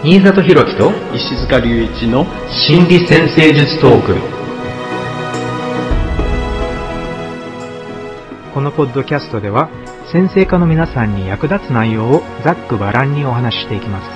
新里博樹と石塚隆一の心理先生術トーク。このポッドキャストでは先生科の皆さんに役立つ内容をざっくばらんにお話ししていきます。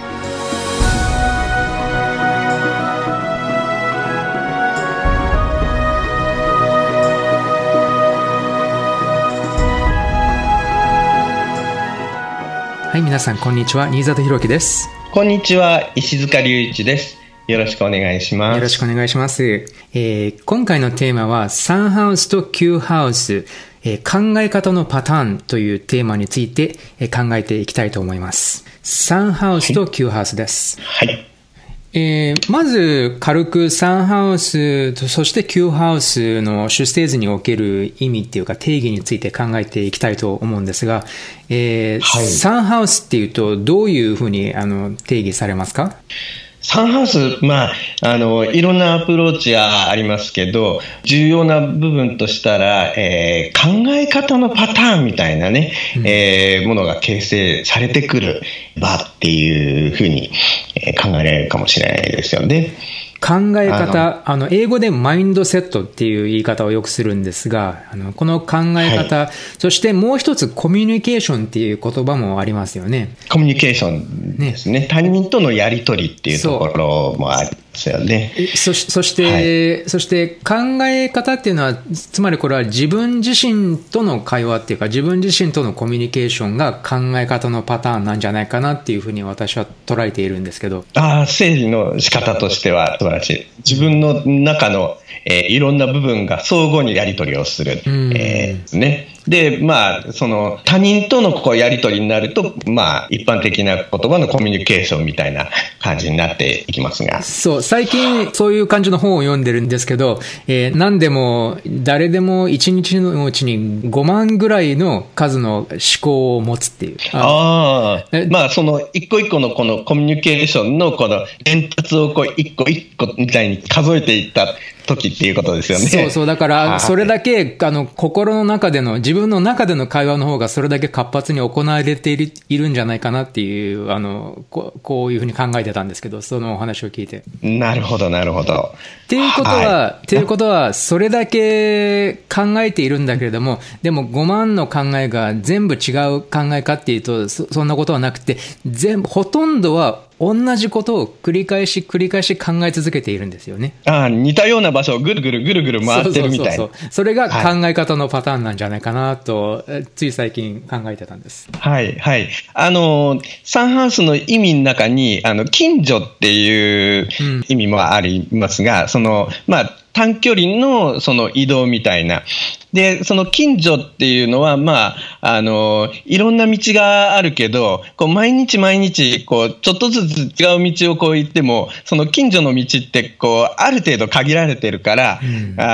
はい、皆さんこんにちは、新里博樹です。 こんにちは、石塚隆一です。よろしくお願いします。 よろしくお願いします。今回のテーマはサンハウスと Q ハウス、考え方のパターンというテーマについて考えていきたいと思います。サンハウスと Q ハウスです。 はい。 まず軽くサンハウスとそして Q ハウスの出生図における意味っていうか定義について考えていきたいと思うんですが、はい、サンハウスっていうとどういうふうに定義されますか？ サンハウス、いろんなアプローチがありますけど、重要な部分としたら、考え方のパターンみたいなね、ものが形成されてくる場っていうふうに考えられるかもしれないですよね。 考え方、英語でマインドセットっていう言い方をよくするんですが、この考え方、はい、そしてもう一つコミュニケーションっていう言葉もありますよね。 コミュニケーションですね。他人とのやり取りっていうところもありますよね。 そして考え方っていうのは、つまりこれは自分自身との会話っていうか、自分自身とのコミュニケーションが考え方のパターンなんじゃないかなっていうふうに私は捉えているんですけど。 整理の仕方としては素晴らしい。自分の中の、いろんな部分が相互にやり取りをする、ですね。で、その他人とのやり取りになると、一般的な言葉のコミュニケーションみたいな感じになっていきますが。 そう、最近そういう感じの本を読んでるんですけど、何でも誰でも1日のうちに5万ぐらいの数の思考を持つっていう。 その一個一個のこのコミュニケーションのこの伝達を一個一個みたいに数えていった時っていうことですよね。そう、だからそれだけ心の中での自分の中での会話の方がそれだけ活発に行われているんじゃないかなっていうこういうふうに考えてたんですけど、そのお話を聞いて。なるほど。っていうことはそれだけ考えているんだけれども、でも5万の考えが全部違う考えかっていうと そんなことはなくて、ほとんどは同じことを繰り返し考え続けているんですよね。似たような場所をぐるぐる回ってるみたいな。 それが考え方のパターンなんじゃないかなと、つい最近考えてたんです。 はい。サンハウスの意味の中に近所っていう意味もありますが、短距離のその移動みたいな。で、その近所っていうのは、いろんな道があるけど、毎日、ちょっとずつ違う道を行っても、その近所の道ってある程度限られてるから、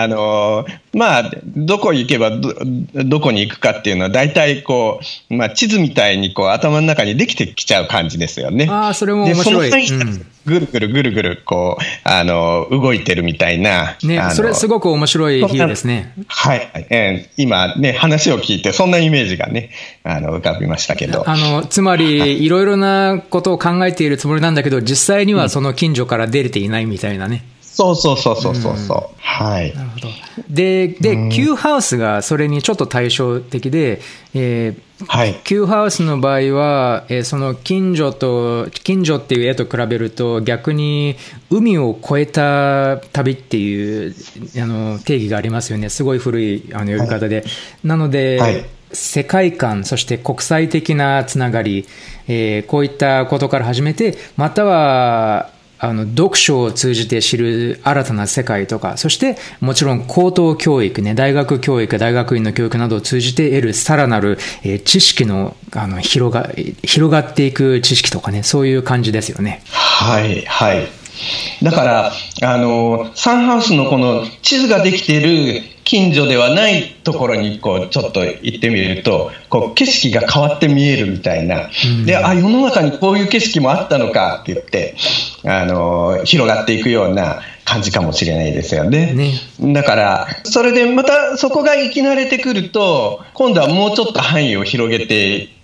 どこ行けば どこに行くかっていうのは大体地図みたいに頭の中にできてきちゃう感じですよね。 それも面白い。 で、そのぐるぐる動いてるみたいな。 それすごく面白い比喩ですね。 はい。今ね、話を聞いてそんなイメージがね、浮かびましたけど。 つまり、いろいろなことを考えているつもりなんだけど、実際にはその近所から出れていないみたいなね。 そう。はい。 なるほど。で、Q ハウスがそれにちょっと対照的で、Q ハウスの場合は、その近所っていう絵と比べると逆に海を越えた旅っていう定義がありますよね。すごい古い呼び方で。なので、世界観、そして国際的なつながり、こういったことから始めて、または読書を通じて知る新たな世界とか、そしてもちろん高等教育ね、大学教育、大学院の教育などを通じて得るさらなる知識の広がっていく知識とかね、そういう感じですよね。 はい。だからサンハウスのこの地図ができている近所ではないところにちょっと行ってみると景色が変わって見えるみたいな、で世の中にこういう景色もあったのかって言って広がっていくような感じかもしれないですよね。だからそれでまたそこが生き慣れてくると今度はもうちょっと範囲を広げて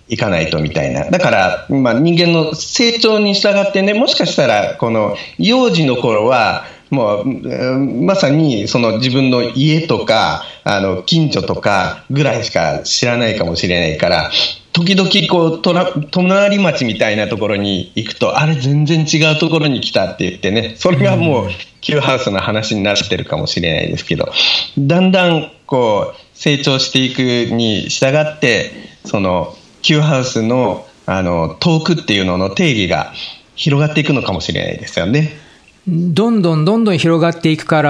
いかないとみたいな。だから、人間の成長に従ってね、もしかしたらこの幼児の頃はもうまさにその自分の家とか近所とかぐらいしか知らないかもしれないから、時々こう隣町みたいなところに行くと、あれ全然違うところに来たって言ってね、それがもうQハウスの話になってるかもしれないですけど、だんだんこう成長していくに従って、そのQハウスの遠くっていうのの定義が広がっていくのかもしれないですよね。 どんどん広がっていくから、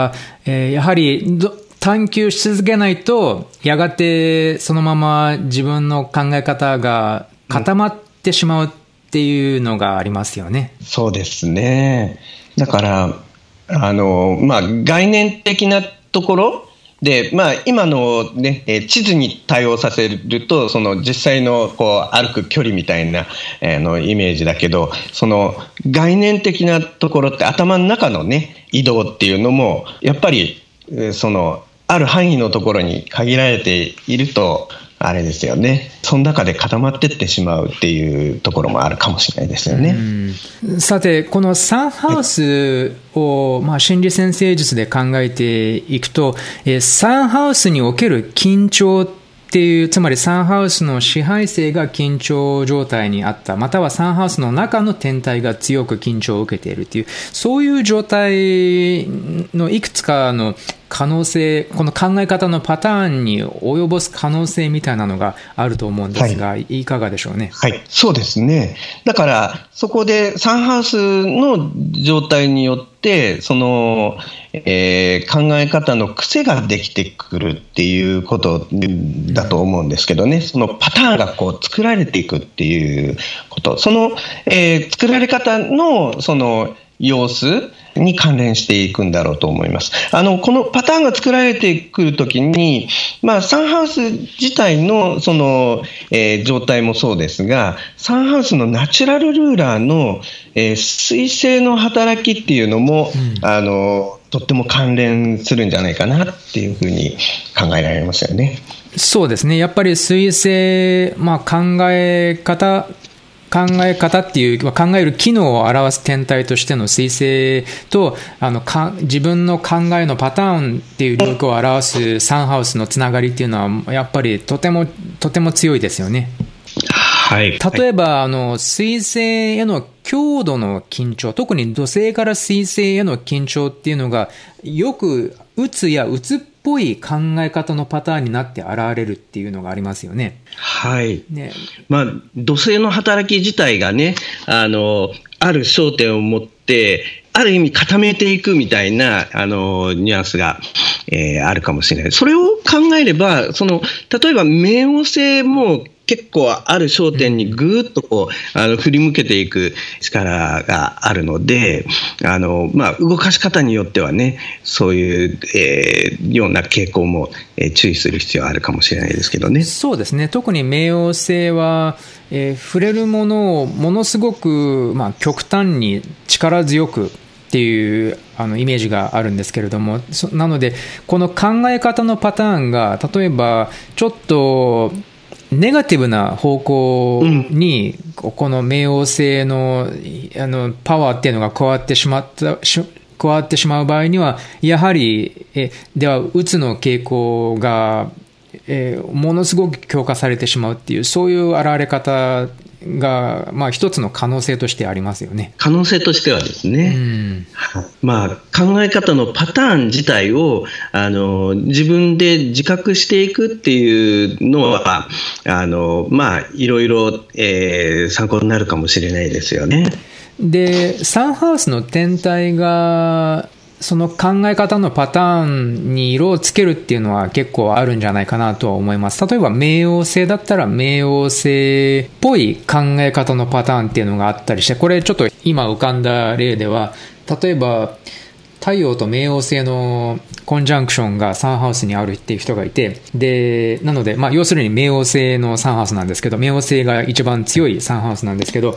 やはり探求し続けないと、やがてそのまま自分の考え方が固まってしまうっていうのがありますよね。 そうですね。だから概念的なところで、今の、ね、地図に対応させると、その実際のこう歩く距離みたいな、イメージだけど、その概念的なところって頭の中の、ね、移動っていうのもやっぱりそのある範囲のところに限られていると、あれですよね、その中で固まっていってしまうっていうところもあるかもしれないですよね。 さて、このサンハウスを、心理先生術で考えていくと、サンハウスにおける緊張っていう、つまりサンハウスの支配性が緊張状態にあった、またはサンハウスの中の天体が強く緊張を受けているっていう、そういう状態のいくつかの可能性、この考え方のパターンに及ぼす可能性みたいなのがあると思うんですが、いかがでしょうね。 はい、そうですね。だからそこでサンハウスの状態によってその、考え方の癖ができてくるっていうことだと思うんですけどね、そのパターンがこう作られていくっていうこと、その、作られ方のその様子に関連していくんだろうと思います。このパターンが作られてくるときに、サンハウス自体のその、状態もそうですが、サンハウスのナチュラルルーラーの、彗星の働きっていうのも、とっても関連するんじゃないかなっていうふうに考えられますよね。 そうですね。やっぱり彗星、考え方っていう、考える機能を表す天体としての彗星と自分の考えのパターンっていう領域を表すサンハウスのつながりっていうのはやっぱりとても強いですよね。 はい、 例えば彗星への強度の緊張、特に土星から彗星への緊張っていうのがよく鬱や鬱っぽい考え方のパターンになって現れるっていうのがありますよね。 はいね。土星の働き自体がね、ある焦点を持ってある意味固めていくみたいなニュアンスが、あるかもしれない。それを考えれば、例えば冥王星も結構ある焦点にぐーっとこう振り向けていく力があるので、動かし方によってはね、そういう、ような傾向も、注意する必要はあるかもしれないですけどね。 そうですね。特に冥王星は、触れるものをものすごく、極端に力強くっていうイメージがあるんですけれども、なのでこの考え方のパターンが例えばちょっとネガティブな方向に、この冥王星のパワーっていうのが加わってしまう場合には、やはりではうつの傾向がものすごく強化されてしまうっていう、そういう現れ方が、一つの可能性としてありますよね。 可能性としてはですね、考え方のパターン自体を自分で自覚していくっていうのはいろいろ参考になるかもしれないですよね。 で、サンハウスの天体がその考え方のパターンに色をつけるっていうのは結構あるんじゃないかなとは思います。例えば冥王星だったら冥王星っぽい考え方のパターンっていうのがあったりして、これちょっと今浮かんだ例では、例えば太陽と冥王星のコンジャンクションがサンハウスにあるっていう人がいて、でなので、要するに冥王星のサンハウスなんですけど、冥王星が一番強いサンハウスなんですけど、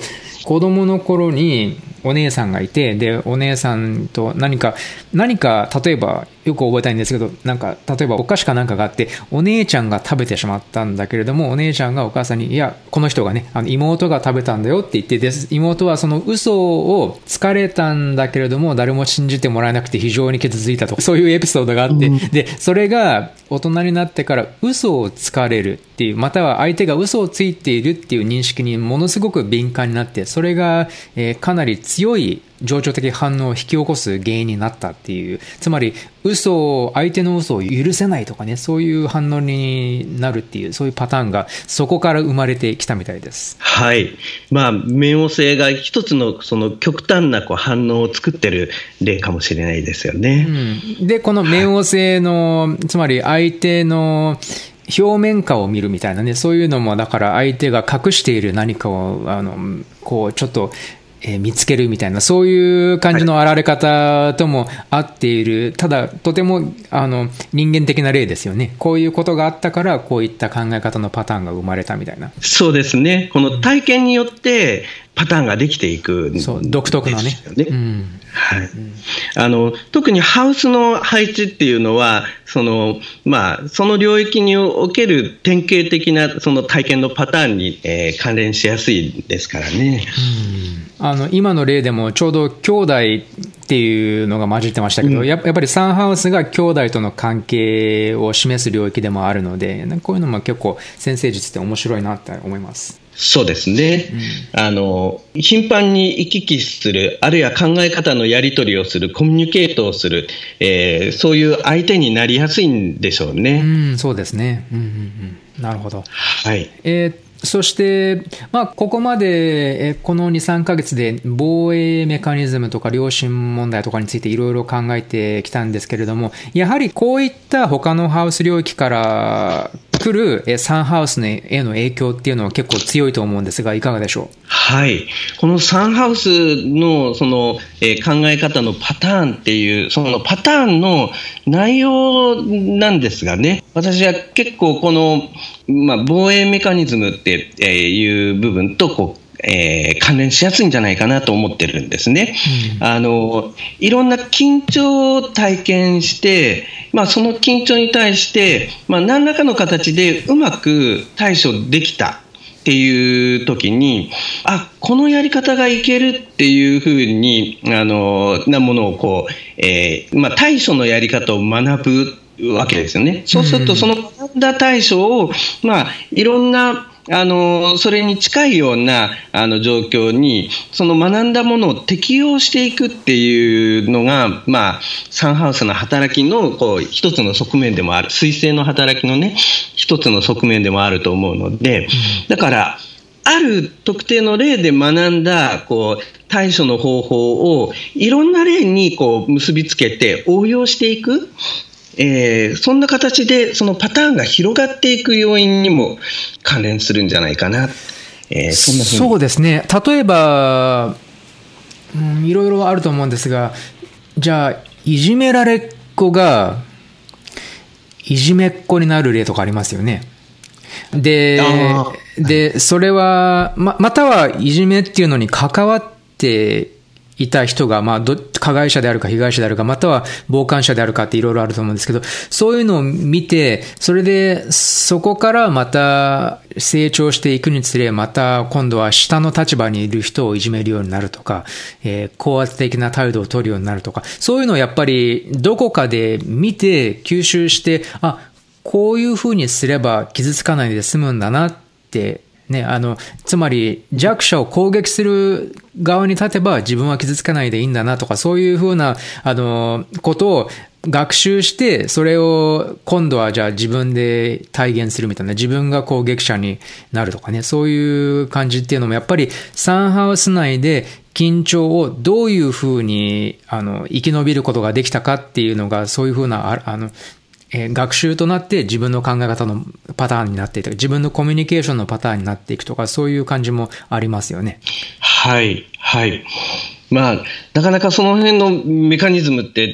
子供の頃にお姉さんがいて、でお姉さんと何か例えばよく覚えたいんですけど、例えばお菓子かなんかがあって、お姉ちゃんが食べてしまったんだけれども、お姉ちゃんがお母さんに、いやこの人がね、妹が食べたんだよって言って、で妹はその嘘をつかれたんだけれども誰も信じてもらえなくて非常に傷ついたとか、そういうエピソードがあって、でそれが大人になってから嘘をつかれるっていう、または相手が嘘をついているっていう認識にものすごく敏感になって、それが、かなり強い情緒的反応を引き起こす原因になったっていう、つまり相手の嘘を許せないとかね、そういう反応になるっていう、そういうパターンがそこから生まれてきたみたいです。 はい。冥王星が一つのその極端な反応を作ってる例かもしれないですよね。 でこの冥王星の、つまり相手の表面化を見るみたいなね、そういうのもだから相手が隠している何かをこうちょっと見つけるみたいな、そういう感じの現れ方とも合っている、ただとても人間的な例ですよね。こういうことがあったからこういった考え方のパターンが生まれたみたいな。 そうですね。この体験によってパターンができていくんですよね。 そう、独特なね。 はい。特にハウスの配置っていうのはその領域における典型的なその体験のパターンに、関連しやすいですからね。 今の例でもちょうど兄弟っていうのが混じってましたけど、やっぱりサンハウスが兄弟との関係を示す領域でもあるので、こういうのも結構先生術って面白いなって思います。 そうですね。頻繁に行き来する、あるいは考え方のやり取りをする、コミュニケートをする、そういう相手になりやすいんでしょうね。 そうですね。なるほど。 はい。 そして、ここまでこの 2,3 ヶ月で防衛メカニズムとか良心問題とかについていろいろ考えてきたんですけれども、やはりこういった他のハウス領域から来るサンハウスへの影響っていうのは結構強いと思うんですが、いかがでしょう？ はい。このサンハウスのその、考え方のパターンっていう、そのパターンの内容なんですがね、私は結構この、防衛メカニズムっていう部分と関連しやすいんじゃないかなと思ってるんですね。いろんな緊張を体験して、その緊張に対して、何らかの形でうまく対処できたっていう時に、このやり方がいけるっていうふうになものを対処のやり方を学ぶわけですよね。そうするとその学んだ対処を、いろんなそれに近いような状況にその学んだものを適用していくっていうのが、サンハウスの働きの一つの側面でもある、水星の働きのね一つの側面でもあると思うので、だからある特定の例で学んだ対処の方法をいろんな例に結びつけて応用していく、そんな形でそのパターンが広がっていく要因にも関連するんじゃないかな、そんなふうに。 そうですね。例えば、いろいろあると思うんですが、じゃあいじめられっ子がいじめっ子になる例とかありますよね。でそれは またはいじめっていうのに関わっていた人が、加害者であるか被害者であるか、または傍観者であるかっていろいろあると思うんですけど、そういうのを見て、それでそこからまた成長していくにつれ、また今度は下の立場にいる人をいじめるようになるとか、高圧的な態度を取るようになるとか、そういうのをやっぱりどこかで見て吸収して、こういうふうにすれば傷つかないで済むんだなってね、つまり弱者を攻撃する側に立てば自分は傷つかないでいいんだなとか、そういうふうなことを学習して、それを今度はじゃあ自分で体現するみたいな、自分が攻撃者になるとかね、そういう感じっていうのもやっぱりサンハウス内で緊張をどういうふうに生き延びることができたかっていうのが、そういうふうな学習となって自分の考え方のパターンになっていく、自分のコミュニケーションのパターンになっていくとか、そういう感じもありますよね。 はいはい。なかなかその辺のメカニズムって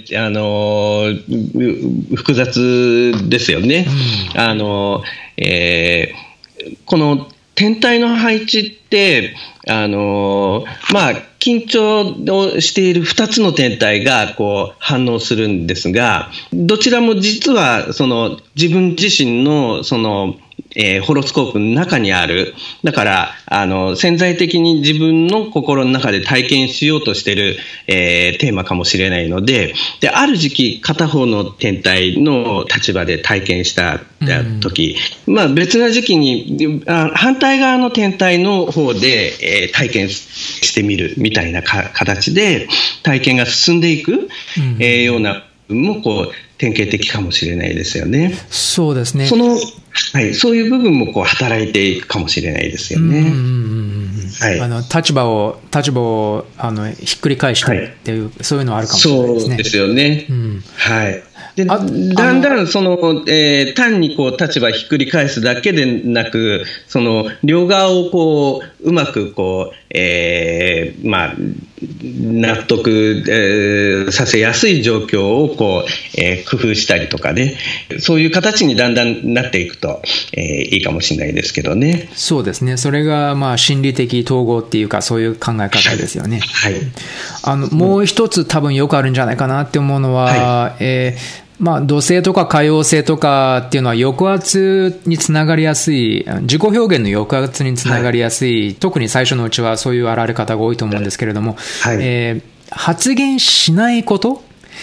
複雑ですよね。この天体の配置って、緊張をしている2つの天体がこう反応するんですが、どちらも実はその自分自身のそのホロスコープの中にある。だから潜在的に自分の心の中で体験しようとしている、テーマかもしれないので、ある時期片方の天体の立場で体験した時、別な時期に反対側の天体の方で、体験してみるみたいな形で体験が進んでいく、ような部分もこう典型的かもしれないですよね。 そうですね。 そういう部分もこう働いていくかもしれないですよね。 立場をひっくり返してっていう、そういうのはあるかもしれないですね。 そうですよね。でだんだんその、単にこう立場ひっくり返すだけでなく、その両側をこううまくこう、納得、させやすい状況をこう、工夫したりとかね、そういう形にだんだんなっていくと、いいかもしれないですけどね。 そうですね。それが心理的統合っていうか、そういう考え方ですよね。もう一つ多分よくあるんじゃないかなって思うのは、土星とか海王星とかっていうのは抑圧につながりやすい、自己表現の抑圧につながりやすい、特に最初のうちはそういう現れ方が多いと思うんですけれども、発言しないこと、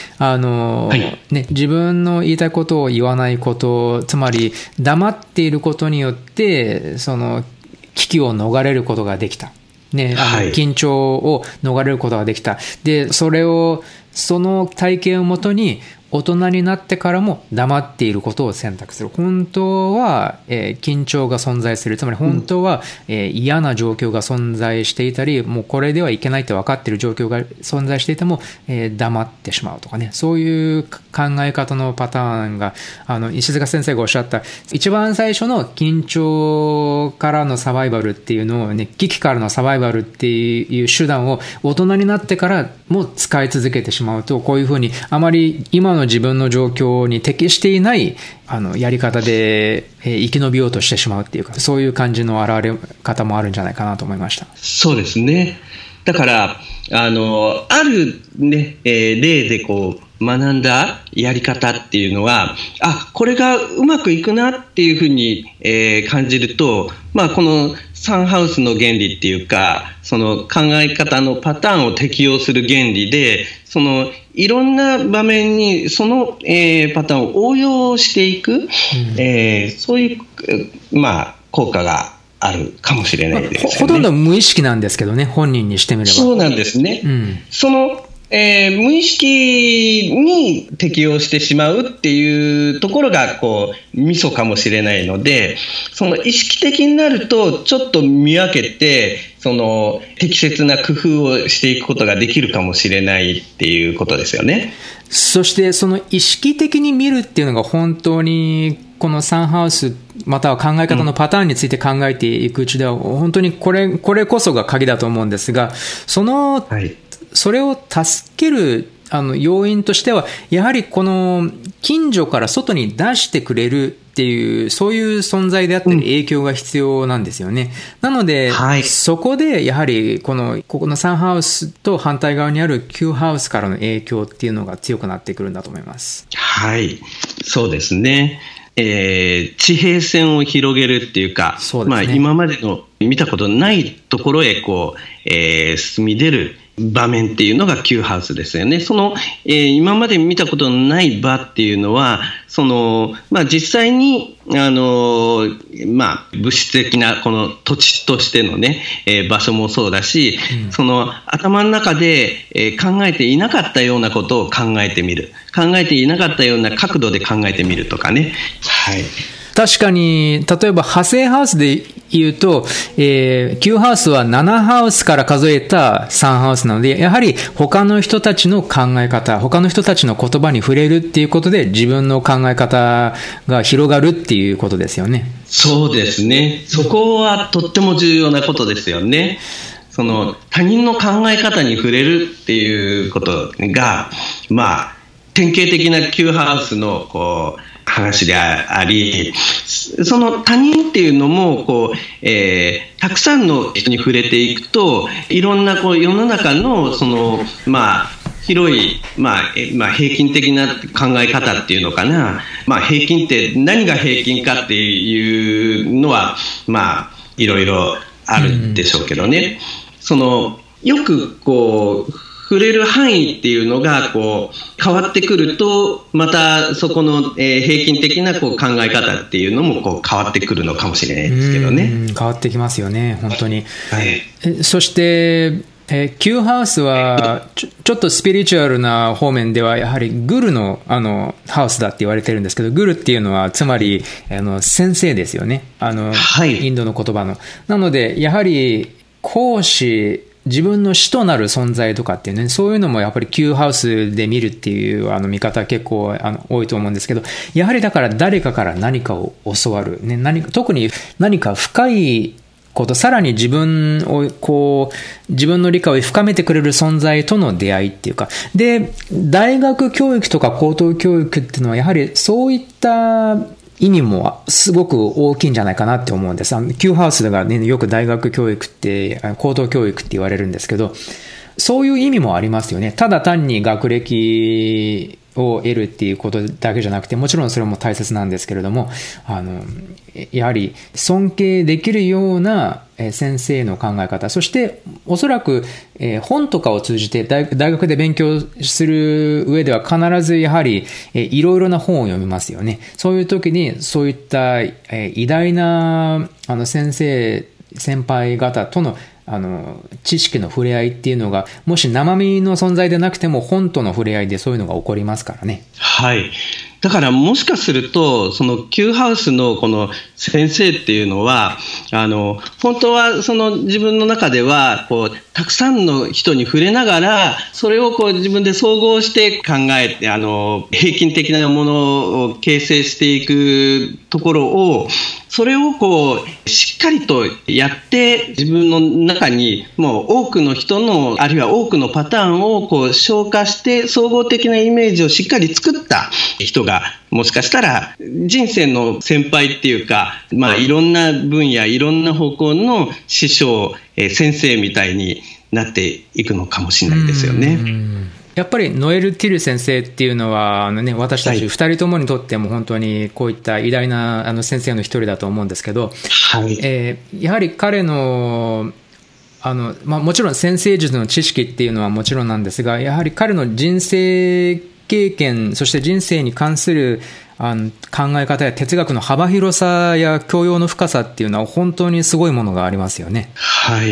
自分の言いたいことを言わないこと、つまり黙っていることによってその危機を逃れることができた。緊張を逃れることができた。で、その体験をもとに大人になってからも黙っていることを選択する。本当は、緊張が存在する。つまり本当は、嫌な状況が存在していたり、もうこれではいけないって分かっている状況が存在していても、黙ってしまうとかね。そういう考え方のパターンが、石塚先生がおっしゃった一番最初の緊張からのサバイバルっていうのをね、危機からのサバイバルっていう手段を大人になってからも使い続けてしまうと、こういうふうにあまり今の自分の状況に適していないやり方で生き延びようとしてしまうっていうか、そういう感じの現れ方もあるんじゃないかなと思いました。 そうですね。だからある、ね例でこう学んだやり方っていうのは、これがうまくいくなっていうふうに、感じると、このサンハウスの原理っていうか、その考え方のパターンを適用する原理で、そのいろんな場面にその、パターンを応用していく、そういう、効果があるかもしれないですよね。 ほとんど無意識なんですけどね、本人にしてみれば。 そうなんですね。その無意識に適応してしまうっていうところがこうミソかもしれないので、その意識的になるとちょっと見分けて、その適切な工夫をしていくことができるかもしれないっていうことですよね。 そしてその意識的に見るっていうのが本当にこのサンハウスまたは考え方のパターンについて考えていくうちでは本当にこれこそが鍵だと思うんですが、それを助ける要因としてはやはりこの近所から外に出してくれるっていうそういう存在であったり影響が必要なんですよね。なので、そこでやはりここのサンハウスと反対側にあるQハウスからの影響っていうのが強くなってくるんだと思います。 そうですね。地平線を広げるっていうか、今までの見たことないところへこう、進み出る場面っていうのがQハウスですよね。その、今まで見たことのない場っていうのはその、実際に物質的なこの土地としてのね、場所もそうだし、その頭の中で、考えていなかったようなことを考えてみる、考えていなかったような角度で考えてみるとかね。 確かに例えば派生ハウスで言うと、Qハウスは7ハウスから数えた3ハウスなので、やはり他の人たちの考え方、他の人たちの言葉に触れるっていうことで自分の考え方が広がるっていうことですよね。 そうですね。そこはとっても重要なことですよね。その他人の考え方に触れるっていうことが典型的なQハウスのこう話であり、その他人っていうのもたくさんの人に触れていくと、いろんな世の中の広い、平均的な考え方っていうのかな、平均って何が平均かっていうのは、いろいろあるんでしょうけどね、よく触れる範囲っていうのが変わってくると、またそこの平均的な考え方っていうのも変わってくるのかもしれないですけどね。 変わってきますよね、本当に。 はい、 そしてQハウスはちょっとスピリチュアルな方面ではやはりグルのハウスだって言われてるんですけど、グルっていうのはつまり先生ですよね、 はい、 インドの言葉の。なのでやはり講師、自分の師となる存在とかっていうね、そういうのもやっぱり Qハウスで見るっていう見方結構多いと思うんですけど、やはりだから誰かから何かを教わる、ね、特に何か深いこと、さらに自分の理解を深めてくれる存在との出会いっていうか、で大学教育とか高等教育っていうのはやはりそういった意味もすごく大きいんじゃないかなって思うんです。Qハウスが、ね、よく大学教育って高等教育って言われるんですけど、そういう意味もありますよね。ただ単に学歴を得るっていうことだけじゃなくて、もちろんそれも大切なんですけれども、やはり尊敬できるような先生の考え方、そしておそらく本とかを通じて大学で勉強する上では必ずやはりいろいろな本を読みますよね。そういう時にそういった偉大な先輩方との知識の触れ合いっていうのが、もし生身の存在でなくても本との触れ合いでそういうのが起こりますからね。 はい。だからもしかするとその Qハウスのこの先生っていうのは本当は自分の中ではたくさんの人に触れながら、それを自分で総合して考えて平均的なものを形成していくところを、それをしっかりとやって自分の中にもう多くの人のあるいは多くのパターンを消化して総合的なイメージをしっかり作った人がもしかしたら人生の先輩っていうか、いろんな分野いろんな方向の師匠先生みたいになっていくのかもしれないですよね。 やっぱりノエル・ティル先生っていうのは私たち2人ともにとっても本当にこういった偉大な先生の一人だと思うんですけど、 はい、 やはり彼のもちろん先生術の知識っていうのはもちろんなんですが、やはり彼の人生経験、そして人生に関する考え方や哲学の幅広さや教養の深さっていうのは本当にすごいものがありますよね。 はい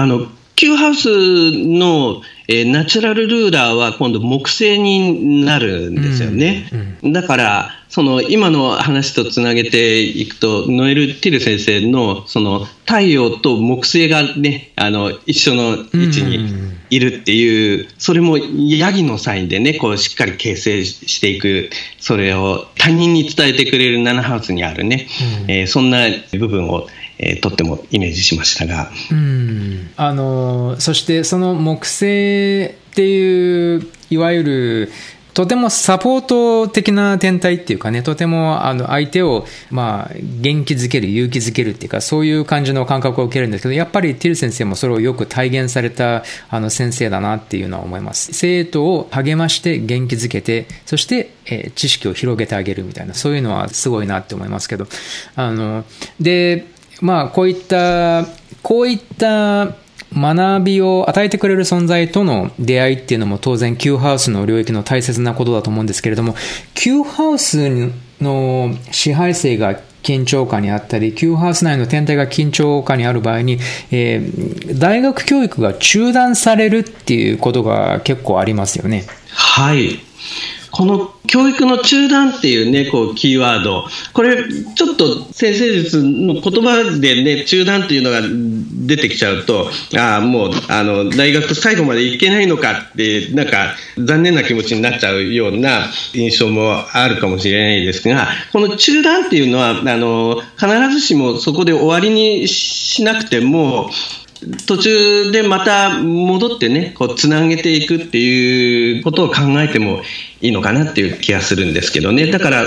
。Qハウスのナチュラルルーラーは今度木星になるんですよね。だから今の話とつなげていくと、ノエル・ティル先生の太陽と木星がね一緒の位置にいるっていう、それもヤギのサインでねしっかり形成していく、それを他人に伝えてくれる7ハウスにあるね、そんな部分をとってもイメージしましたが、 そしてその木星っていういわゆるとてもサポート的な天体っていうかね、とても相手を元気づける、勇気づけるっていうか、そういう感じの感覚を受けるんですけど、やっぱりティル先生もそれをよく体現された先生だなっていうのは思います。生徒を励まして元気づけて、そして知識を広げてあげるみたいな、そういうのはすごいなって思いますけど、でこういった学びを与えてくれる存在との出会いっていうのも当然 Qハウスの領域の大切なことだと思うんですけれども、 Qハウスの支配性が緊張下にあったり、Qハウス内の天体が緊張下にある場合に、大学教育が中断されるっていうことが結構ありますよね。 はい。この教育の中断っていうねキーワード、これちょっと先生術の言葉でね中断っていうのが出てきちゃうと、もう大学最後まで行けないのかって残念な気持ちになっちゃうような印象もあるかもしれないですが、この中断っていうのは必ずしもそこで終わりにしなくても、 途中でまた戻ってね、こうつなげていくっていうことを考えてもいいのかなっていう気がするんですけどね。だから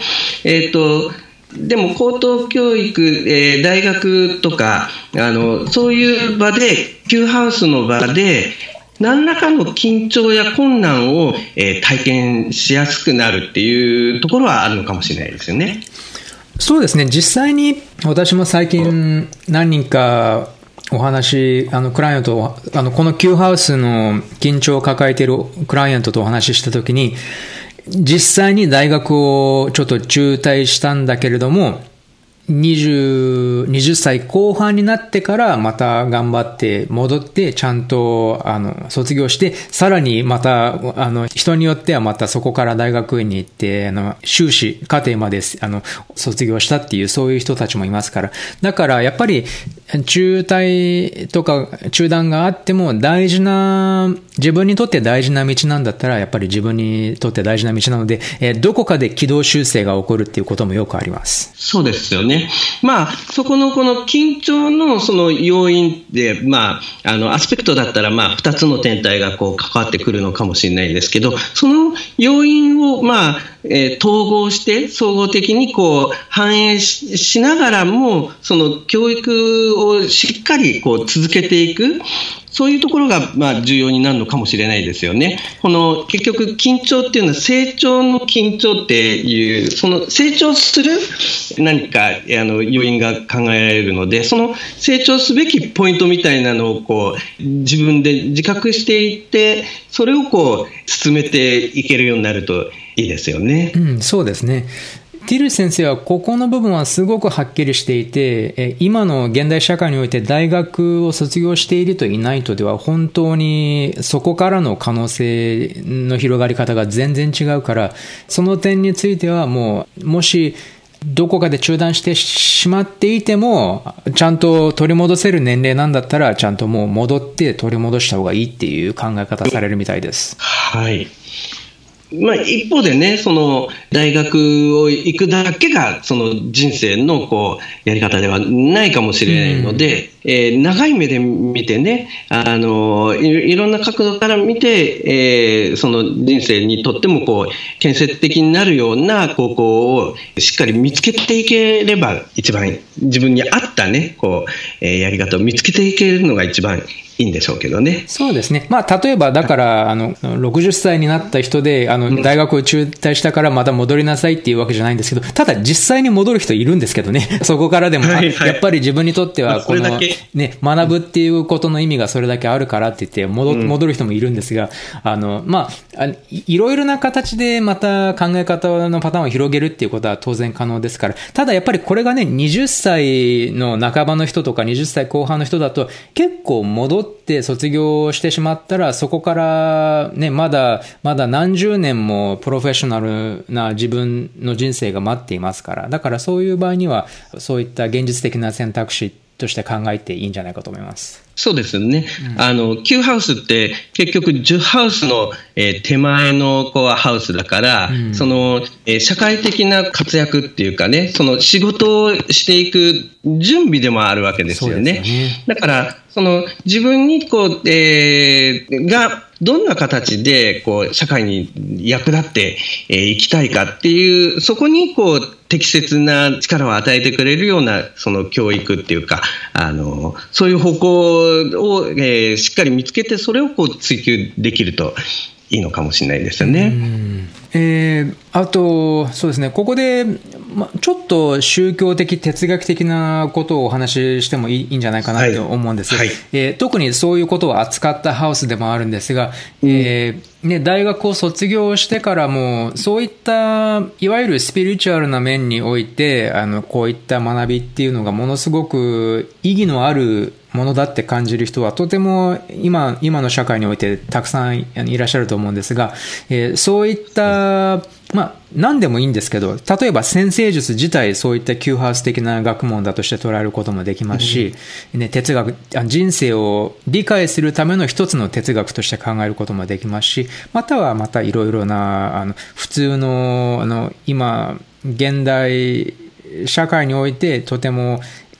でも高等教育、大学とかそういう場で、Qハウスの場で何らかの緊張や困難を、体験しやすくなるっていうところはあるのかもしれないですよね。 そうですね。実際に私も最近何人かお話、クライアントをこの Qハウスの緊張を抱えているクライアントとお話ししたときに、実際に大学をちょっと中退したんだけれども、20歳後半になってからまた頑張って戻ってちゃんと卒業して、さらにまた人によってはまたそこから大学院に行って修士課程まで卒業したっていう、そういう人たちもいますから。だからやっぱり中退とか中断があっても自分にとって大事な道なんだったら、やっぱり自分にとって大事な道なので、どこかで軌道修正が起こるっていうこともよくあります。 そうですよね。まあ、そこのこの緊張のその要因で、アスペクトだったら2つの天体がこう関わってくるのかもしれないですけど、その要因を統合して総合的にこう反映 しながらも、その教育をしっかりこう続けていく、そういうところが重要になるのかもしれないですよね。結局緊張っていうのは成長の緊張っていう、その成長する何か要因が考えられるので、その成長すべきポイントみたいなのをこう自分で自覚していって、それをこう進めていけるようになるといいですよね。 そうですね。ティル先生はここの部分はすごくはっきりしていて、今の現代社会において大学を卒業しているといないとでは、本当にそこからの可能性の広がり方が全然違うから、その点についてはもしどこかで中断してしまっていても、ちゃんと取り戻せる年齢なんだったら、ちゃんともう戻って取り戻した方がいいっていう考え方されるみたいです。 はい。一方でね、その大学を行くだけがその人生のこうやり方ではないかもしれないので、長い目で見てね、いろんな角度から見て、その人生にとってもこう建設的になるような高校をしっかり見つけていければ、一番自分に合ったね、こうやり方を見つけていけるのが一番いいんでしょうけどね。 そうですね。例えばだから60歳になった人で大学を中退したからまた戻りなさいっていうわけじゃないんですけど、ただ実際に戻る人いるんですけどね。そこからでも、やっぱり自分にとってはこのね、学ぶっていうことの意味がそれだけあるからって言って戻る人もいるんですが、いろいろな形でまた考え方のパターンを広げるっていうことは当然可能ですから。ただやっぱりこれがね、20歳の半ばの人とか20歳後半の人だと結構戻って卒業してしまったら、そこからね、まだ何十年もプロフェッショナルな自分の人生が待っていますから。だからそういう場合にはそういった現実的な選択肢として考えていいんじゃないかと思います。 そうですね。Qハウスって結局10ハウスの手前のハウスだから、その社会的な活躍っていうかね、その仕事をしていく準備でもあるわけですよね。だからその自分にがどんな形で社会に役立っていきたいかっていう、そこに適切な力を与えてくれるようなその教育っていうか、そういう方向をしっかり見つけて、それを追求できるといいのかもしれないですよね。 あとそうですね、ここで、ちょっと宗教的哲学的なことをお話ししてもいいんじゃないかなと思うんです、特にそういうことを扱ったハウスでもあるんですが、大学を卒業してからもそういったいわゆるスピリチュアルな面においてこういった学びっていうのがものすごく意義のあるものだって感じる人はとても今の社会においてたくさんいらっしゃると思うんですが、そういった何でもいいんですけど、例えば占星術自体そういったQハウス的な学問だとして捉えることもできますし、哲学、人生を理解するための一つの哲学として考えることもできますし、またいろいろな普通の今現代社会においてとても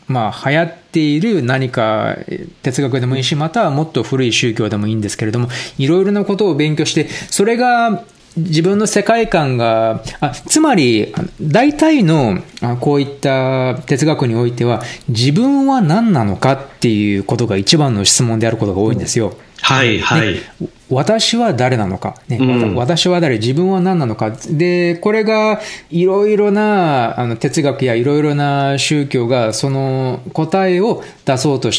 流行っている何か哲学でもいいし、またはもっと古い宗教でもいいんですけれども、いろいろなことを勉強して、それが自分の世界観が、つまり大体のこういった哲学においては、自分は何なのかっていうことが一番の質問であることが多いんですよ。 はいはい。 私は誰なのか、ね、私は誰、自分は何なのか。で、これがいろいろな哲学やいろいろな宗教がその答えを出そうとして、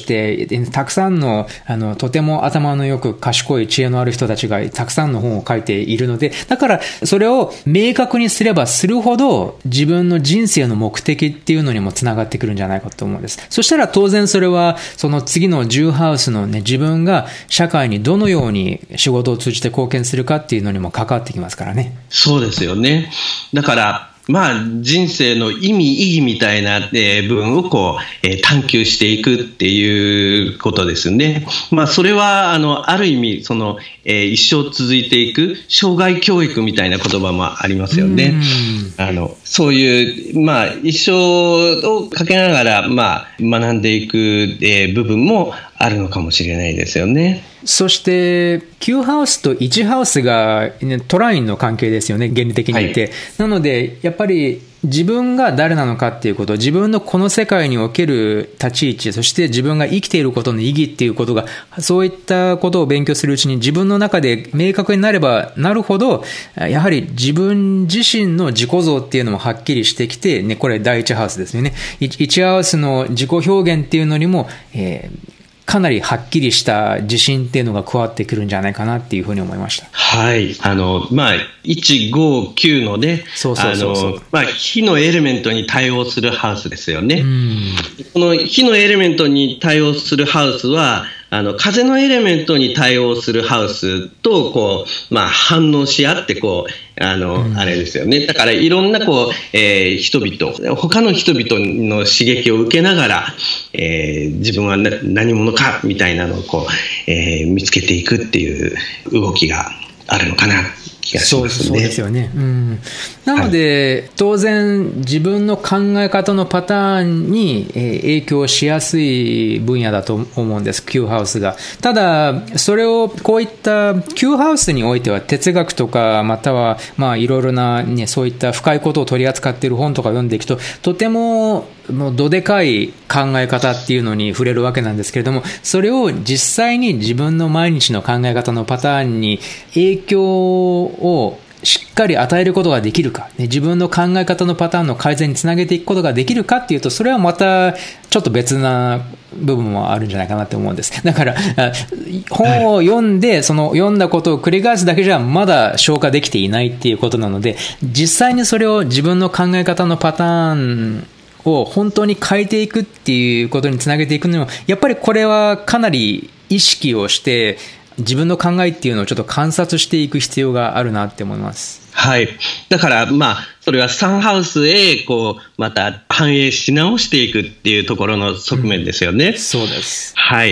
たくさんのとても頭のよく賢い知恵のある人たちがたくさんの本を書いているので、だからそれを明確にすればするほど自分の人生の目的っていうのにもつながってくるんじゃないかと思うんです。そしたら当然それはその次の10ハウスのね、自分が社会にどのように仕事を通じて貢献するかっていうのにも関わってきますからね。 そうですよね。だから人生の意義みたいな部分を探求していくっていうことですね。それはある意味一生続いていく生涯教育みたいな言葉もありますよね。そういう一生をかけながら学んでいく部分もあるのかもしれないですよね。 そして9ハウスと1ハウスがトラインの関係ですよね、原理的に言って、なのでやっぱり自分が誰なのかっていうこと、自分のこの世界における立ち位置、そして自分が生きていることの意義っていうことが、そういったことを勉強するうちに自分の中で明確になればなるほど、やはり自分自身の自己像っていうのもはっきりしてきて、ね、これ第1ハウスですよね。1ハウスの自己表現っていうのにも、かなりはっきりした自信っていうのが加わってくるんじゃないかなっていうふうに思いました。 はい。1、5、9のね、火のエレメントに対応するハウスですよね。この火のエレメントに対応するハウスは、風のエレメントに対応するハウスと反応し合ってあれですよね。だからいろんな人々、他の人々の刺激を受けながら、自分は何者かみたいなのを見つけていくっていう動きがあるのかな。 そうですよね。なので、当然自分の考え方のパターンに影響しやすい分野だと思うんです、9ハウスが。ただそれをこういった9ハウスにおいては哲学とか、またはいろいろな、そういった深いことを取り扱っている本とか読んでいくと、とてもどでかい考え方っていうのに触れるわけなんですけれども、それを実際に自分の毎日の考え方のパターンに影響をしっかり与えることができるか、自分の考え方のパターンの改善につなげていくことができるかっていうと、それはまたちょっと別な部分もあるんじゃないかなと思うんです。だから本を読んで、その読んだことを繰り返すだけじゃまだ消化できていないっていうことなので、実際にそれを自分の考え方のパターンを本当に変えていくっていうことにつなげていくのも、やっぱりこれはかなり意識をして自分の考えっていうのをちょっと観察していく必要があるなって思います。 はい。だからそれは3ハウスへまた反映し直していくっていうところの側面ですよね。 そうです。 はい。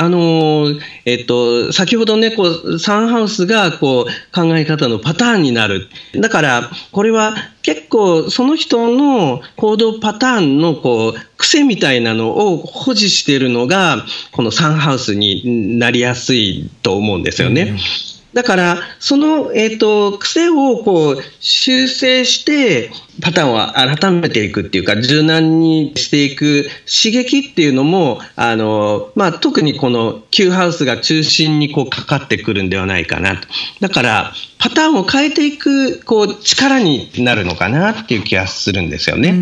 先ほどね、3ハウスが考え方のパターンになる。だからこれは結構その人の行動パターンの癖みたいなのを保持しているのがこの3ハウスになりやすいと思うんですよね。だからその、癖を修正してパターンを改めていくっていうか、柔軟にしていく刺激っていうのも特にこの9ハウスが中心にかかってくるんではないかなと。だからパターンを変えていく力になるのかなっていう気がするんですよね。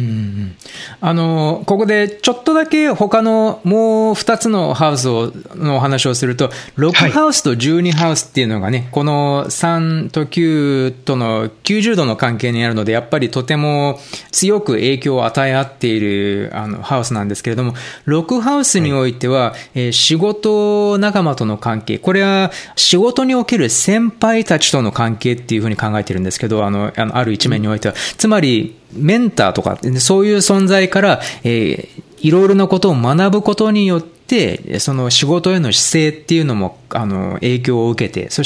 ここでちょっとだけ他のもう2つのハウスのお話をすると、6ハウスと12ハウスっていうのがね、この3と9との90度の関係にあるので、やっぱりとても強く影響を与え合っているハウスなんですけれども、6ハウスにおいては、仕事仲間との関係、これは仕事における先輩たちとの関係っていうふうに考えてるんですけど、ある一面においては、つまりメンターとかそういう存在から、いろいろなことを学ぶことによってて、その仕事への姿勢っていうのも影響を受けて、そして、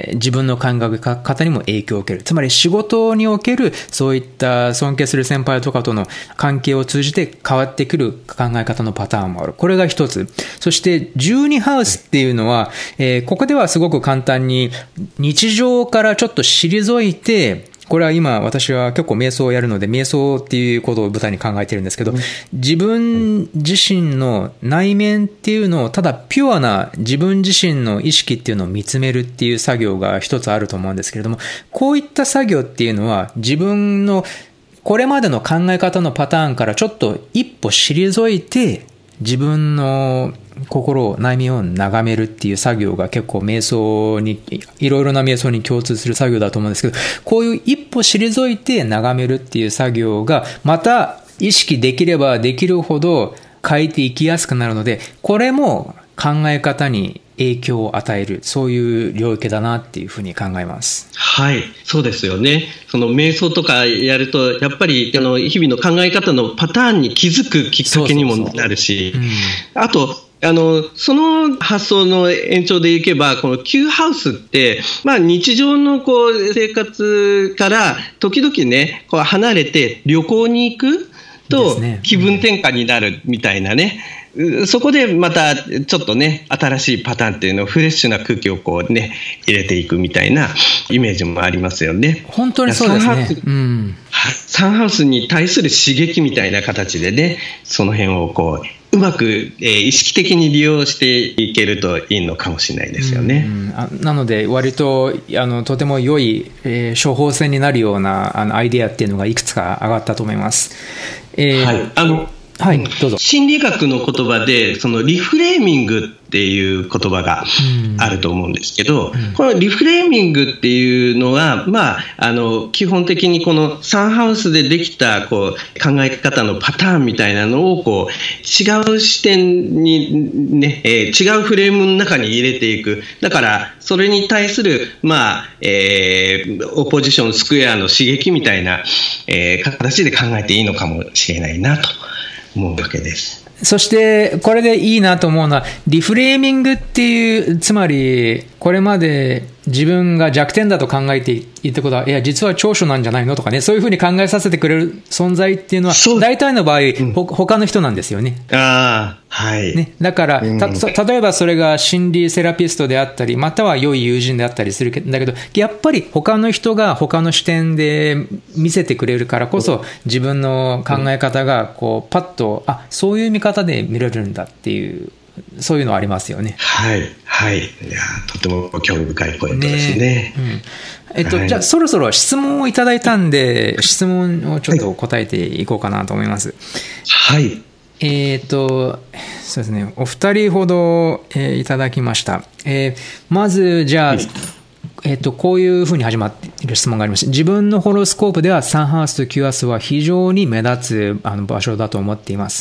自分の考え方にも影響を受ける。つまり仕事におけるそういった尊敬する先輩とかとの関係を通じて変わってくる考え方のパターンもある。これが一つ。そして12ハウスっていうのは、ここではすごく簡単に日常からちょっと退いて、これは今私は結構瞑想をやるので、瞑想っていうことを舞台に考えてるんですけど、自分自身の内面っていうのを、ただピュアな自分自身の意識っていうのを見つめるっていう作業が一つあると思うんですけれども、こういった作業っていうのは自分のこれまでの考え方のパターンからちょっと一歩退いて、自分の心を、内面を眺めるっていう作業が結構瞑想に、いろいろな瞑想に共通する作業だと思うんですけど、こういう一歩退いて眺めるっていう作業がまた意識できればできるほど変えていきやすくなるので、これも考え方に影響を与える、そういう領域だなっていうふうに考えます。 はい、そうですよね。その瞑想とかやると、やっぱり日々の考え方のパターンに気づくきっかけにもなるし、あとその発想の延長でいけば、この Q ハウスって、日常の生活から時々ね、離れて旅行に行くと気分転換になるみたいなね。そこでまたちょっとね、新しいパターンっていうのを、フレッシュな空気を入れていくみたいなイメージもありますよね。 本当にそうですね。 サンハウスに対する刺激みたいな形でね、その辺をうまく意識的に利用していけるといいのかもしれないですよね。 なので割ととても良い、処方箋になるようなアイデアっていうのがいくつか上がったと思います。はい、どうぞ。 心理学の言葉でそのリフレーミングっていう言葉があると思うんですけど、このリフレーミングっていうのは、基本的にこのサンハウスでできた考え方のパターンみたいなのを違う視点に、ね、違うフレームの中に入れていく。だからそれに対する、オポジションスクエアの刺激みたいな、形で考えていいのかもしれないなと思うわけです。 そしてこれでいいなと思うのは、リフレーミングっていう、つまりこれまで自分が弱点だと考えていたことは、いや実は長所なんじゃないのとかね、そういうふうに考えさせてくれる存在っていうのは大体の場合、他の人なんですよね。 はいね、 だから例えばそれが心理セラピストであったり、または良い友人であったりするんだけど、やっぱり他の人が他の視点で見せてくれるからこそ、自分の考え方がパッとそういう見方で見れるんだっていう、そういうのありますよね。 はい、はい、いやとても興味深いポイントですね。 じゃあそろそろ質問をいただいたんで、質問をちょっと答えていこうかなと思います。 はい。 そうですね、お二人ほど、いただきました。まずじゃあ、こういうふうに始まっている質問がありました。自分のホロスコープではサンハウスと Q ハウスは非常に目立つ場所だと思っています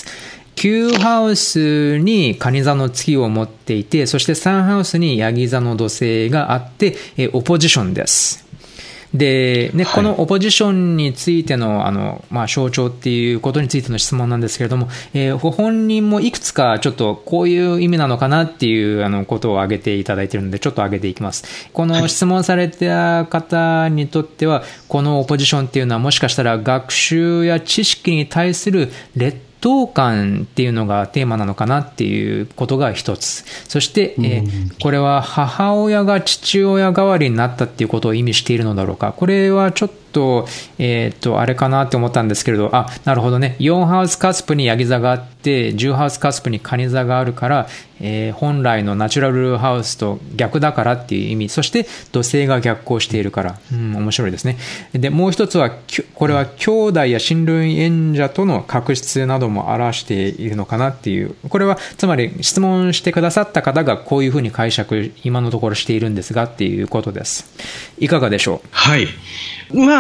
。Q ハウスに蟹座の月を持っていて、そしてサンハウスにヤギ座の土星があって、オポジションです。で、ね、このオポジションについての、象徴っていうことについての質問なんですけれども、ご本人もいくつかちょっとこういう意味なのかなっていうことを挙げていただいているので、ちょっと挙げていきます。この質問された方にとっては、このオポジションっていうのはもしかしたら学習や知識に対する劣等感っていうのがテーマなのかなっていうことが一つ。そして、これは母親が父親代わりになったっていうことを意味しているのだろうか。これはちょっと、あれかなって思ったんですけれど、なるほどね。4ハウスカスプにヤギ座があって、10ハウスカスプに蟹座があるから、本来のナチュラルハウスと逆だからっていう意味。そして土星が逆行しているから。面白いですね。で、もう一つは、これは兄弟や親類縁者との確執なども表しているのかなっていう。これは、つまり質問してくださった方がこういうふうに解釈、今のところしているんですがっていうことです。いかがでしょう？ はい。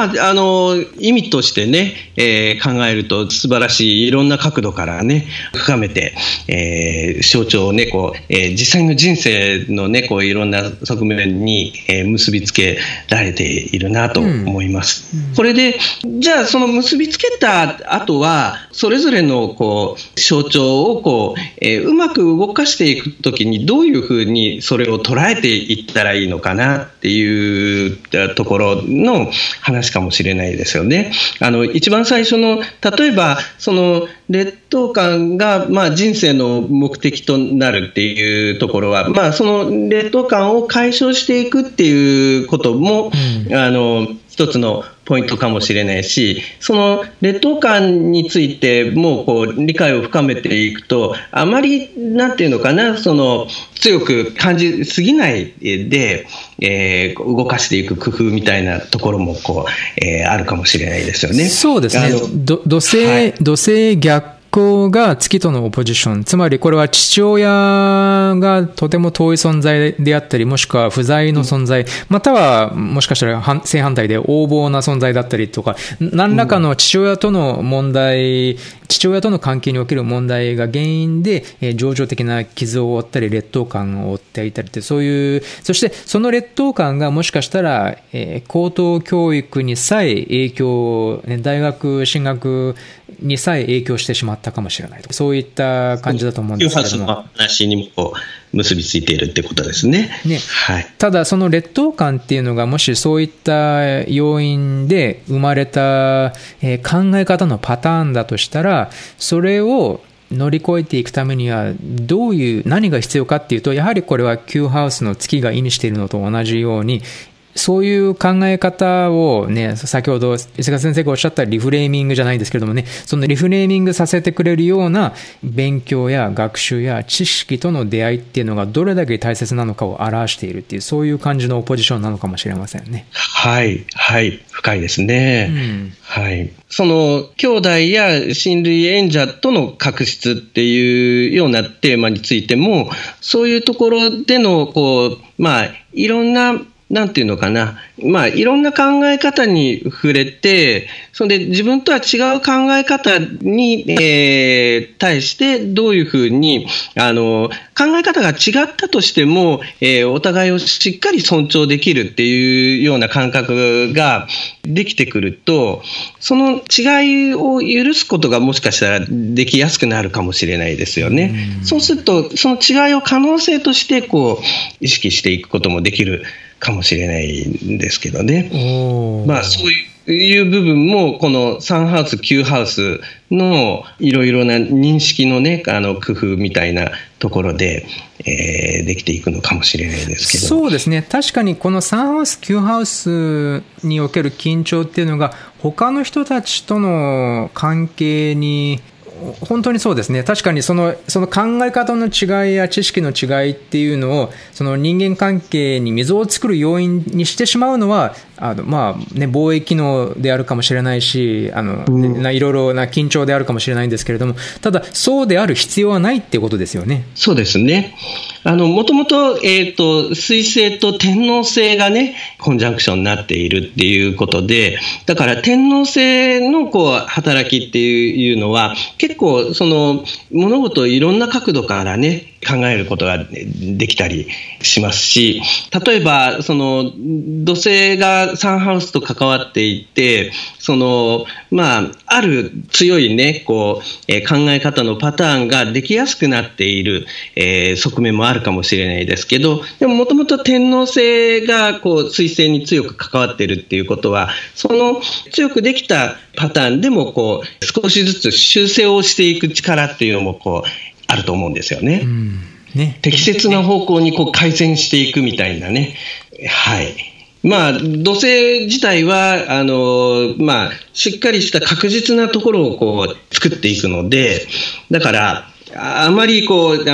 意味としてね、考えると素晴らしい、いろんな角度からね深めて、象徴をね実際の人生のねいろんな側面に、結びつけられているなと思います。これでじゃあその結びつけた後はそれぞれの象徴をうまく動かしていくときにどういうふうにそれを捉えていったらいいのかなっていうところの話かもしれないですよね。一番最初の例えばその劣等感が人生の目的となるっていうところは、その劣等感を解消していくっていうことも、一つのポイントかもしれないし、その劣等感についても理解を深めていくと、あまりなんていうのかな、その強く感じすぎないで、動かしていく工夫みたいなところもあるかもしれないですよね。 そうですね。土星逆行が月とのオポジション、つまりこれは父親がとても遠い存在であったり、もしくは不在の存在、またはもしかしたら正反対で横暴な存在だったりとか、何らかの父親との問題、父親との関係における問題が原因で、情緒的な傷を負ったり劣等感を負っていたりって、そういう、そしてその劣等感がもしかしたら、高等教育にさえ影響、大学進学にさえ影響してしまったかもしれない、そういった感じだと思うんですけれども、 9発の話にも結びついているってことですね。はい、 ただその劣等感っていうのがもしそういった要因で生まれた、考え方のパターンだとしたら、それを乗り越えていくためには何が必要かっていうと、やはりこれはQハウスの月が意味しているのと同じように、そういう考え方をね、先ほど伊勢川先生がおっしゃったリフレーミングじゃないですけれどもね、そのリフレーミングさせてくれるような勉強や学習や知識との出会いっていうのがどれだけ大切なのかを表しているっていう、そういう感じのオポジションなのかもしれませんね。 はい、はい、深いですね。はい。その兄弟や親類縁者との確執っていうようなテーマについても、そういうところでのいろんななんていうのかな、いろんな考え方に触れて、それで自分とは違う考え方に、対してどういうふうに考え方が違ったとしても、お互いをしっかり尊重できるっていうような感覚ができてくると、その違いを許すことがもしかしたらできやすくなるかもしれないですよね。そうするとその違いを可能性として意識していくこともできるかもしれないんですけどね。そういう部分もこの3ハウス9ハウスのいろいろな認識のね工夫みたいなところで、できていくのかもしれないですけど。 そうですね。確かにこの3ハウス9ハウスにおける緊張っていうのが他の人たちとの関係に本当にそうですね。確かにその考え方の違いや知識の違いっていうのをその人間関係に溝を作る要因にしてしまうのは貿易機能であるかもしれないし、いろいろな緊張であるかもしれないんですけれども、ただそうである必要はないってことですよね。 そうですね。もともと水星と天王星がねコンジャンクションになっているっていうことで、だから天王星の働きっていうのは結構その物事をいろんな角度からね考えることができたりしますし、例えばその土星がサンハウスと関わっていて、ある強いね考え方のパターンができやすくなっている、側面もあるかもしれないですけど、でももともと天王星が水星に強く関わっているっていうことは、その強くできたパターンでも少しずつ修正をしていく力っていうのもあると思うんですよね。適切な方向に改善していくみたいなね。はい。土星自体はしっかりした確実なところを作っていくので、だからあまり簡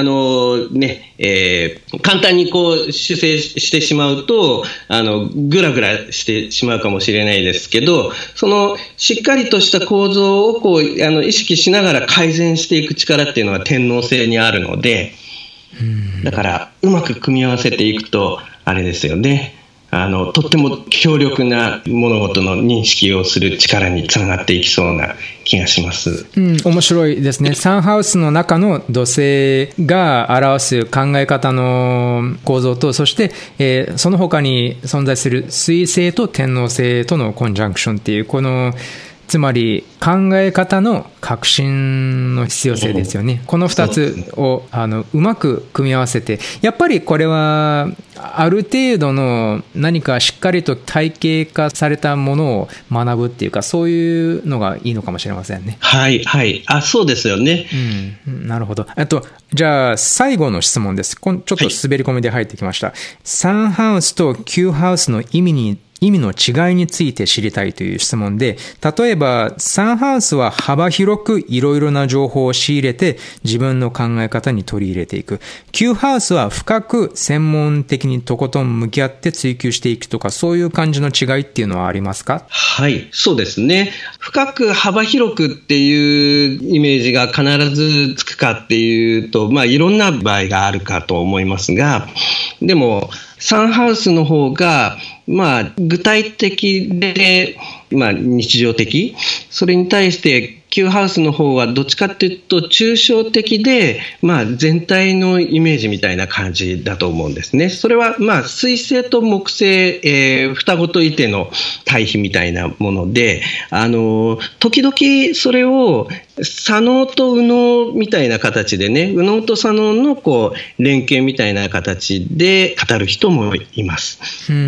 単に修正してしまうとグラグラしてしまうかもしれないですけど、そのしっかりとした構造を意識しながら改善していく力っていうのは天王星にあるので、だからうまく組み合わせていくとあれですよね。 とっても強力な物事の認識をする力につながっていきそうな気がします。 面白いですね。サンハウスの中の土星が表す考え方の構造と、そして、その他に存在する水星と天王星とのコンジャンクションっていう、このつまり考え方の革新の必要性ですよね。この2つをうまく組み合わせて、やっぱりこれはある程度の何かしっかりと体系化されたものを学ぶっていうか、そういうのがいいのかもしれませんね。 はいはい、そうですよね。 なるほど。じゃあ最後の質問です。ちょっと滑り込みで入ってきました。サンハウスとQハウスの意味の違いについて知りたいという質問で、例えばサンハウスは幅広くいろいろな情報を仕入れて自分の考え方に取り入れていく。Qハウスは深く専門的にとことん向き合って追求していくとか、そういう感じの違いっていうのはありますか？ はい、そうですね。深く幅広くっていうイメージが必ずつくかっていうと、いろんな場合があるかと思いますが、でもサンハウスの方が具体的で、日常的、それに対してQハウスの方はどっちかっていうと抽象的で、全体のイメージみたいな感じだと思うんですね。それは水星と木星、双子といての対比みたいなもので、時々それを左脳と右脳みたいな形でね、右脳と左脳の連携みたいな形で語る人もいます。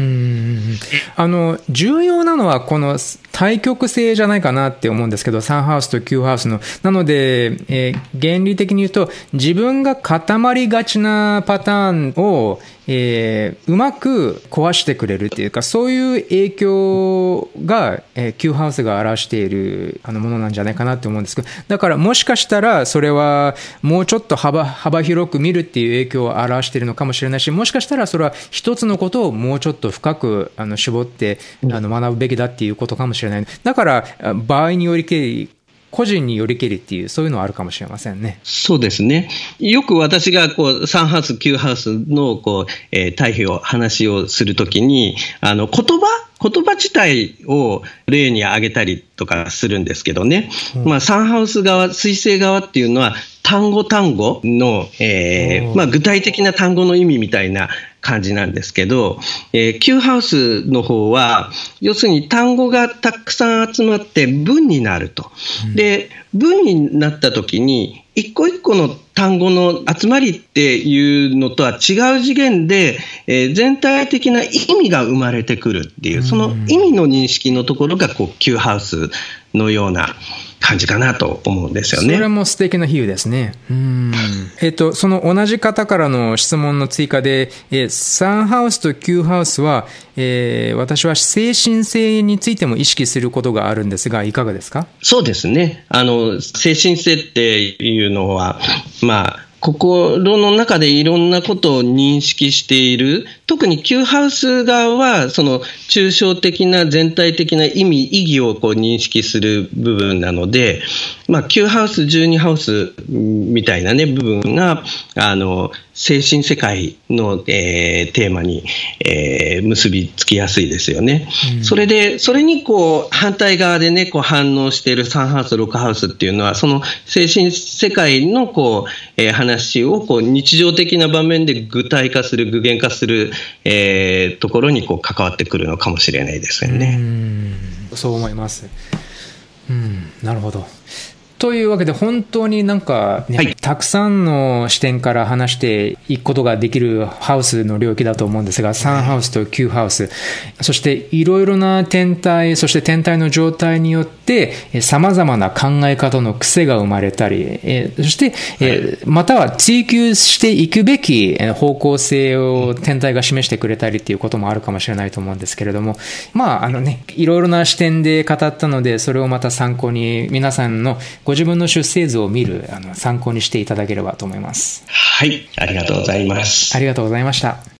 重要なのはこの対極性じゃないかなって思うんですけど、サンハウスとQハウスの。なので、原理的に言うと、自分が固まりがちなパターンを、うまく壊してくれるっていうか、そういう影響が、Qハウスが表しているものなんじゃないかなって思うんですけど、だからもしかしたらそれはもうちょっと幅広く見るっていう影響を表しているのかもしれないし、もしかしたらそれは一つのことをもうちょっと深く絞って学ぶべきだっていうことかもしれない。だから場合によりけり、個人によりけりっていう、そういうのはあるかもしれませんね。 そうですね。よく私がサンハウス、Qハウスの対比を話をするときに、言葉自体を例に挙げたりとかするんですけどね、サンハウス側、水星側っていうのは単語の、具体的な単語の意味みたいな感じなんですけど、Qハウスの方は要するに単語がたくさん集まって文になると。で、文になった時に一個一個の単語の集まりっていうのとは違う次元で、全体的な意味が生まれてくるっていう、その意味の認識のところがQハウスのような感じかなと思うんですよね。 それも素敵な比喩ですね。その同じ方からの質問の追加で、サンハウスとQハウスは、私は精神性についても意識することがあるんですが、いかがですか？ そうですね。精神性っていうのは、心の中でいろんなことを認識している。特にQハウス側はその抽象的な全体的な意義を認識する部分なので、Qハウス12ハウスみたいなね部分が精神世界の、テーマに、結びつきやすいですよね。それに反対側でね反応している3ハウス6ハウスっていうのは、その精神世界の話を日常的な場面で具体化する、具現化する、ところに関わってくるのかもしれないですよね。 そう思います。なるほど。というわけで本当にたくさんの視点から話していくことができるハウスの領域だと思うんですが、サンハウスとQハウス、そしていろいろな天体、そして天体の状態によって様々な考え方の癖が生まれたり、そしてまたは追求していくべき方向性を天体が示してくれたりっていうこともあるかもしれないと思うんですけれども、いろいろな視点で語ったので、それをまた参考に皆さんのご自分の出生図を見る参考にしていただければと思います。 はい、ありがとうございます。 ありがとうございました。